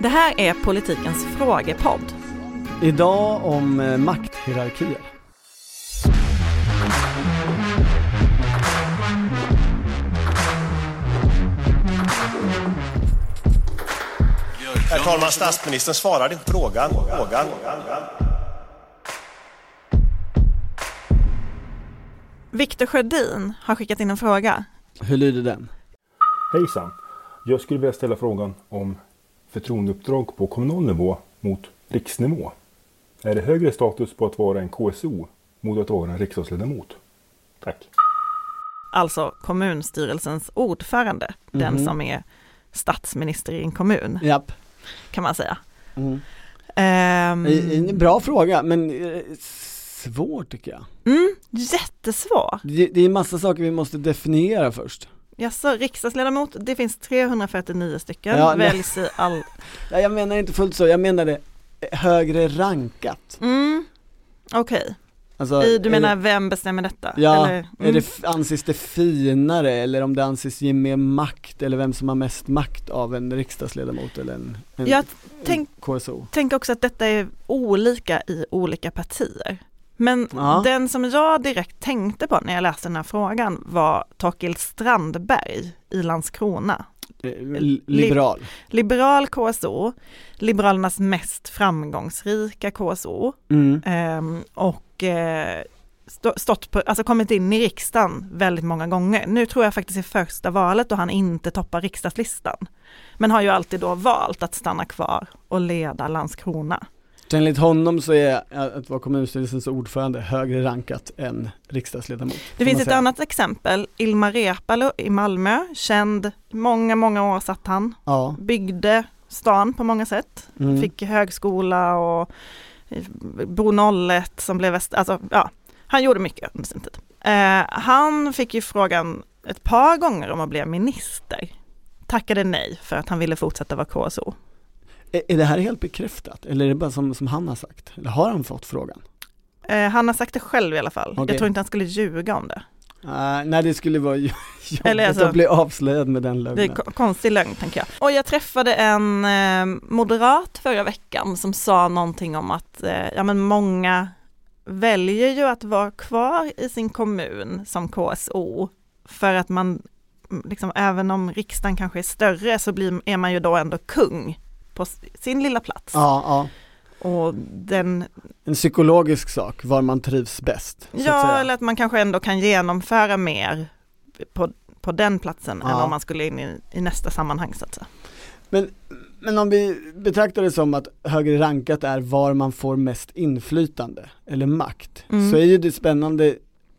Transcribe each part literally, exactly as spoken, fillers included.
Det här är Politikens frågepodd. Idag om eh, makthierarkier. Herr talman, statsministern svarade inte på frågan. frågan. Viktor Sjödin har skickat in en fråga. Hur lyder den? Hejsan, jag skulle vilja ställa frågan om förtroendeuppdrag på kommunal nivå mot riksnivå. Är det högre status på att vara en K S O mot att vara en riksdagsledamot? Tack. Alltså kommunstyrelsens ordförande, mm-hmm. den som är statsminister i en kommun. Japp. Kan man säga. Mm. Um, en bra fråga, men svår tycker jag. Mm, jättesvår. Det, det är en massa saker vi måste definiera först. Jaså, riksdagsledamot, det finns trehundrafyrtionio stycken, ja, väljs i all... Ja, jag menar inte fullt så, jag menar det högre rankat. Mm, okej. Okay. Alltså, du menar det, vem bestämmer detta? Ja, eller, mm. är det, anses det finare eller om det anses ge mer makt eller vem som har mest makt av en riksdagsledamot eller en, en, jag tänk, en K S O? Tänk också att detta är olika i olika partier. Men ja. Den som jag direkt tänkte på när jag läste den här frågan var Torkild Strandberg i Landskrona. Liberal. Li- liberal K S O, Liberalernas mest framgångsrika K S O mm. ehm, och eh, stå, stått på, alltså kommit in i riksdagen väldigt många gånger. Nu tror jag faktiskt i första valet då han inte toppar riksdagslistan. Men har ju alltid då valt att stanna kvar och leda Landskrona. Enligt honom så är att vara kommunstyrelsens ordförande högre rankat än riksdagsledamot. Det finns ett säga. annat exempel. Ilmar Reepalu i Malmö, känd många, många år satt han. Ja. Byggde stan på många sätt. Mm. Fick högskola och Bro noll ett som blev väst, alltså ja, han gjorde mycket under sin tid. Eh, han fick ju frågan ett par gånger om att bli minister. Tackade nej för att han ville fortsätta vara K S O. Är det här helt bekräftat? Eller är det bara som, som han har sagt? Eller har han fått frågan? Eh, han har sagt det själv i alla fall. Okay. Jag tror inte han skulle ljuga om det. Uh, nej, det skulle vara jobbigt Eller alltså, att bli avslöjad med den lögnen. Det är k- konstig lögn, tänker jag. Och jag träffade en eh, moderat förra veckan som sa någonting om att eh, ja, men många väljer ju att vara kvar i sin kommun som K S O för att man, liksom, även om riksdagen kanske är större så blir, är man ju då ändå kung på sin lilla plats. Ja, ja. Och den... En psykologisk sak, var man trivs bäst. Ja, att eller att man kanske ändå kan genomföra mer på, på den platsen ja. än om man skulle in i, i nästa sammanhang så att säga. Men, men om vi betraktar det som att högre rankat är var man får mest inflytande eller makt, mm. så är ju det spännande.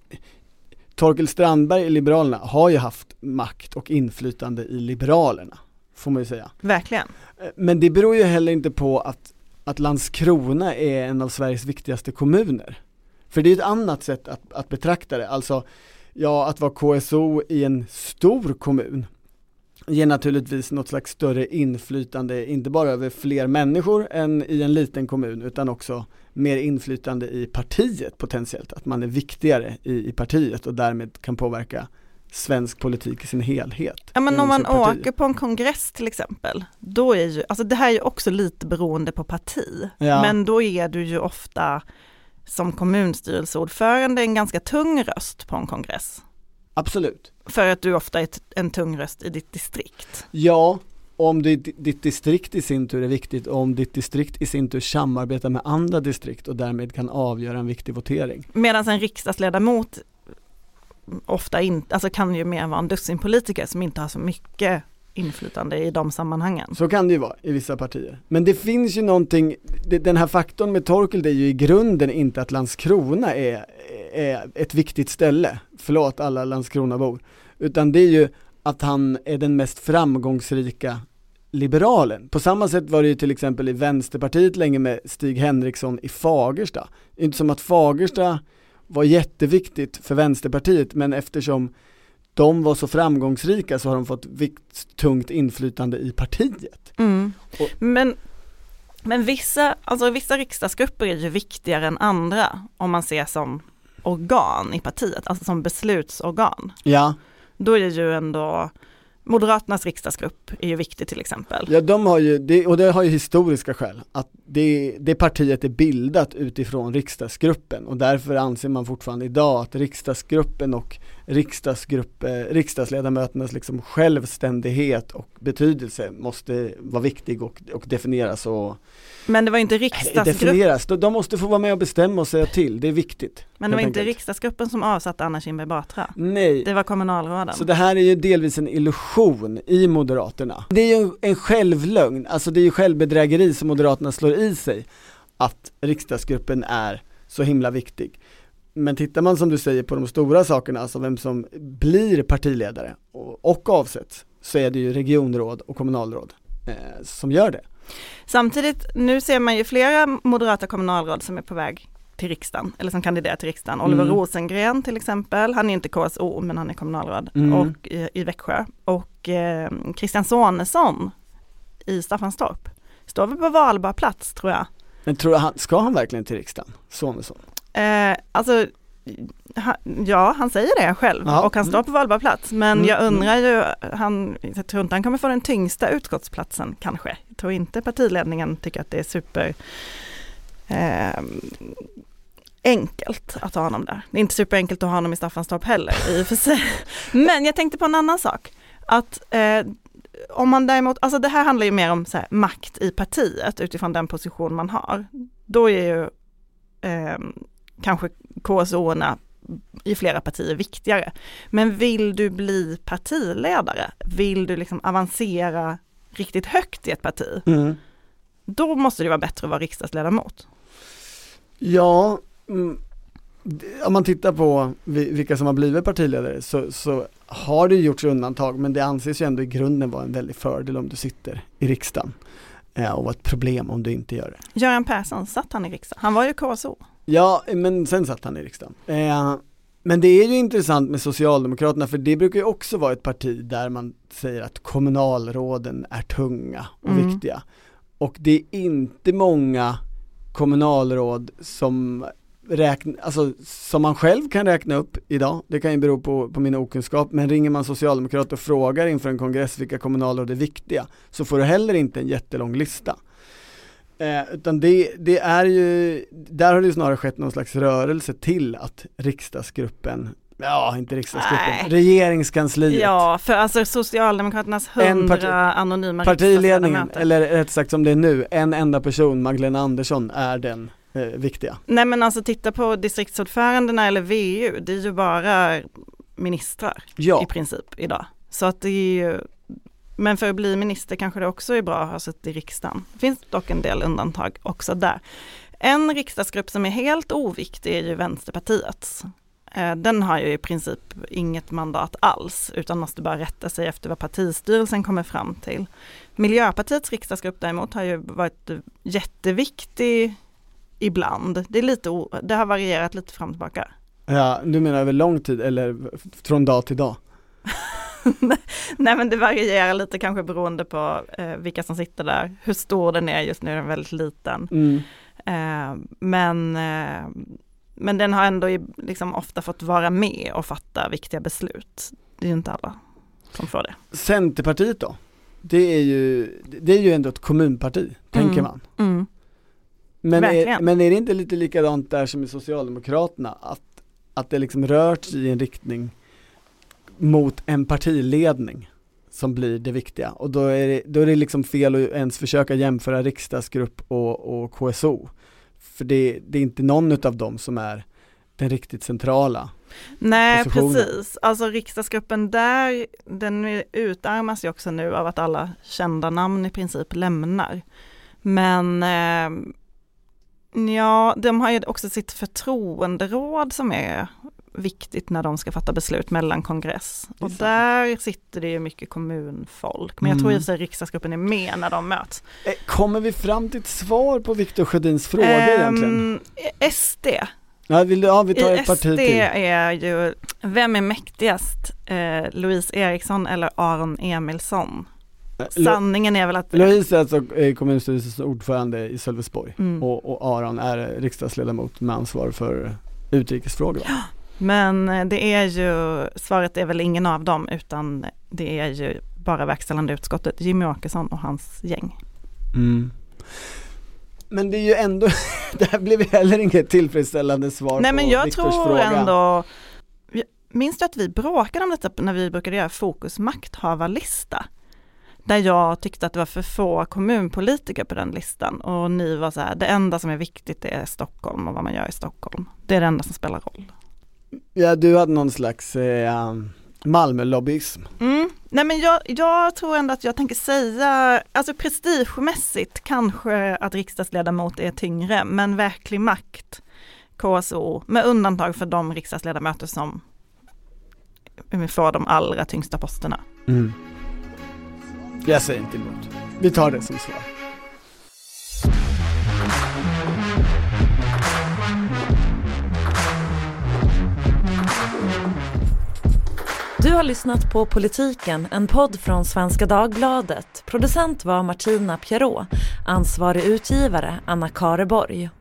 Torkild Strandberg i Liberalerna har ju haft makt och inflytande i Liberalerna, får man ju säga. Verkligen. Men det beror ju heller inte på att, att Landskrona är en av Sveriges viktigaste kommuner. För det är ett annat sätt att, att betrakta det. Alltså, ja, att vara K S O i en stor kommun ger naturligtvis något slags större inflytande, inte bara över fler människor än i en liten kommun, utan också mer inflytande i partiet potentiellt. Att man är viktigare i, i partiet och därmed kan påverka svensk politik i sin helhet. Ja, men om man åker på en kongress till exempel, då är ju, alltså det här är ju också lite beroende på parti, ja. Men då är du ju ofta som kommunstyrelseordförande en ganska tung röst på en kongress. Absolut. För att du ofta är en tung röst i ditt distrikt. Ja, om det, ditt distrikt i sin tur är viktigt och om ditt distrikt i sin tur samarbetar med andra distrikt och därmed kan avgöra en viktig votering. Medan en riksdagsledamot ofta inte, alltså kan ju mer vara en dussinpolitiker som inte har så mycket inflytande i de sammanhangen. Så kan det ju vara i vissa partier. Men det finns ju någonting, det, den här faktorn med Torkild är ju i grunden inte att Landskrona är, är ett viktigt ställe, förlåt alla Landskronabor, utan det är ju att han är den mest framgångsrika liberalen. På samma sätt var det ju till exempel i Vänsterpartiet länge med Stig Henriksson i Fagersta. Inte som att Fagersta var jätteviktigt för Vänsterpartiet, men eftersom de var så framgångsrika så har de fått vikt, tungt inflytande i partiet. Mm. Och, men men vissa, alltså vissa riksdagsgrupper är ju viktigare än andra om man ser som organ i partiet, alltså som beslutsorgan. Ja. Då är ju ändå Moderaternas riksdagsgrupp är ju viktig till exempel. Ja, de har ju, det, och det har ju historiska skäl. Att det, det partiet är bildat utifrån riksdagsgruppen och därför anser man fortfarande idag att riksdagsgruppen och riksdagsgrupp, eh, riksdagsledamöternas liksom självständighet och betydelse måste vara viktig och, och definieras. Och, men det var inte riksdagsgruppen. Definieras. De, de måste få vara med och bestämma och säga till. Det är viktigt. Men det var inte riksdagsgruppen som avsatte Anna Kinberg Batra. Nej. Det var kommunalråden. Så det här är ju delvis en illusion i Moderaterna. Det är ju en självlögn. Alltså det är ju självbedrägeri som Moderaterna slår i sig. Att riksdagsgruppen är så himla viktig. Men tittar man som du säger på de stora sakerna, alltså vem som blir partiledare och, och avsätts, så är det ju regionråd och kommunalråd eh, som gör det. Samtidigt, nu ser man ju flera moderata kommunalråd som är på väg till riksdagen, eller som kandiderar till riksdagen. Oliver mm. Rosengren till exempel, han är inte K S O men han är kommunalråd mm. och, i, i Växjö. Och eh, Christian Sonesson i Staffanstorp står väl på valbar plats tror jag. Men tror han, ska han verkligen till riksdagen, Sonesson? Eh, alltså, ha, ja, han säger det själv ja. och han står på valbar plats. Men mm. jag undrar ju, han, jag tror inte han kommer få den tyngsta utskottsplatsen kanske. Jag tror inte partiledningen tycker att det är super eh, enkelt att ha honom där. Det är inte super enkelt att ha honom i Staffanstorp heller i och för sig. Men jag tänkte på en annan sak. Att eh, om man däremot, alltså det här handlar ju mer om så här, makt i partiet utifrån den position man har. Då är ju eh, kanske K S O-erna i flera partier viktigare. Men vill du bli partiledare, vill du liksom avancera riktigt högt i ett parti, mm. då måste det vara bättre att vara riksdagsledamot. Ja, mm, om man tittar på vilka som har blivit partiledare så, så har det gjorts undantag, men det anses ju ändå i grunden vara en väldig fördel om du sitter i riksdagen eh, och ett problem om du inte gör det. Göran Persson, satt han i riksdagen? Han var ju K S O. Ja, men sen satt han i riksdagen. Eh, men det är ju intressant med Socialdemokraterna, för det brukar ju också vara ett parti där man säger att kommunalråden är tunga och mm. viktiga. Och det är inte många kommunalråd som räkna, alltså, som man själv kan räkna upp idag. Det kan ju bero på, på min okunskap, men ringer man socialdemokrat och frågar inför en kongress vilka kommunalråd är viktiga, så får du heller inte en jättelång lista. Eh, utan det, det är ju, där har det snarare skett någon slags rörelse till att riksdagsgruppen, ja inte riksdagsgruppen, Nej. regeringskansliet. Ja, för alltså Socialdemokraternas hundra parti, anonyma partiledningen, eller rätt sagt som det är nu, en enda person, Magdalena Andersson, är den eh, viktiga. Nej men alltså titta på distriktsordförandena eller V U, det är ju bara ministrar ja. i princip idag. Så att det är ju, men för att bli minister kanske det också är bra att ha suttit i riksdagen. Det finns dock en del undantag också där. En riksdagsgrupp som är helt oviktig är ju Vänsterpartiets. Den har ju i princip inget mandat alls utan måste bara rätta sig efter vad partistyrelsen kommer fram till. Miljöpartiets riksdagsgrupp däremot har ju varit jätteviktig ibland. Det är lite o- det har varierat lite fram och tillbaka. Ja, du menar över lång tid eller från dag till dag? Nej men det varierar lite kanske beroende på eh, vilka som sitter där. Hur stor den är just nu, är den väldigt liten. Mm. Eh, men, eh, men den har ändå liksom ofta fått vara med och fatta viktiga beslut. Det är ju inte alla som får det. Centerpartiet då? Det är ju, det är ju ändå ett kommunparti, mm. tänker man. Mm. Men, är, men är det inte lite likadant där som i Socialdemokraterna? Att, att det liksom rört sig i en riktning mot en partiledning som blir det viktiga. Och då är det, då är det liksom fel att ens försöka jämföra riksdagsgrupp och, och K S O. För det, det är inte någon av dem som är den riktigt centrala Nej, positionen. Precis. Alltså riksdagsgruppen där, den utarmas ju också nu av att alla kända namn i princip lämnar. Men eh, ja, de har ju också sitt förtroenderåd som är viktigt när de ska fatta beslut mellan kongress. Och där sitter det ju mycket kommunfolk. Men jag tror ju att riksdagsgruppen är med när de möts. Kommer vi fram till ett svar på Viktor Sjödins fråga um, egentligen? S D. Ja, vill du, ja, vi tar I ett parti till. S D är ju, vem är mäktigast? Eh, Louise Eriksson eller Aron Emilsson? Sanningen är väl att... Louise är alltså kommunstyrelsens ordförande i Sölvesborg. Mm. Och, och Aron är riksdagsledamot med ansvar för utrikesfrågor. Men det är ju, svaret är väl ingen av dem utan det är ju bara verkställande utskottet, Jimmy Åkesson och hans gäng. Mm. Men det är ju ändå, det här blev heller inget tillfredsställande svar. Nej, på men jag Viktors tror fråga. ändå, minns du att vi bråkade om detta när vi brukade göra Fokus makthavarlista? Där jag tyckte att det var för få kommunpolitiker på den listan. Och ni var så här, det enda som är viktigt är Stockholm och vad man gör i Stockholm. Det är det enda som spelar roll. Ja, du hade någon slags eh, Malmö-lobbyism. Mm. Nej, men jag, jag tror ändå att jag tänker säga, alltså prestigemässigt kanske att riksdagsledamot är tyngre, men verklig makt, K S O, med undantag för de riksdagsledamöter som får de allra tyngsta posterna. Mm. Jag säger inte emot. Vi tar det som svar. Du har lyssnat på Politiken, en podd från Svenska Dagbladet. Producent var Martina Pierrot, ansvarig utgivare Anna Kareborg.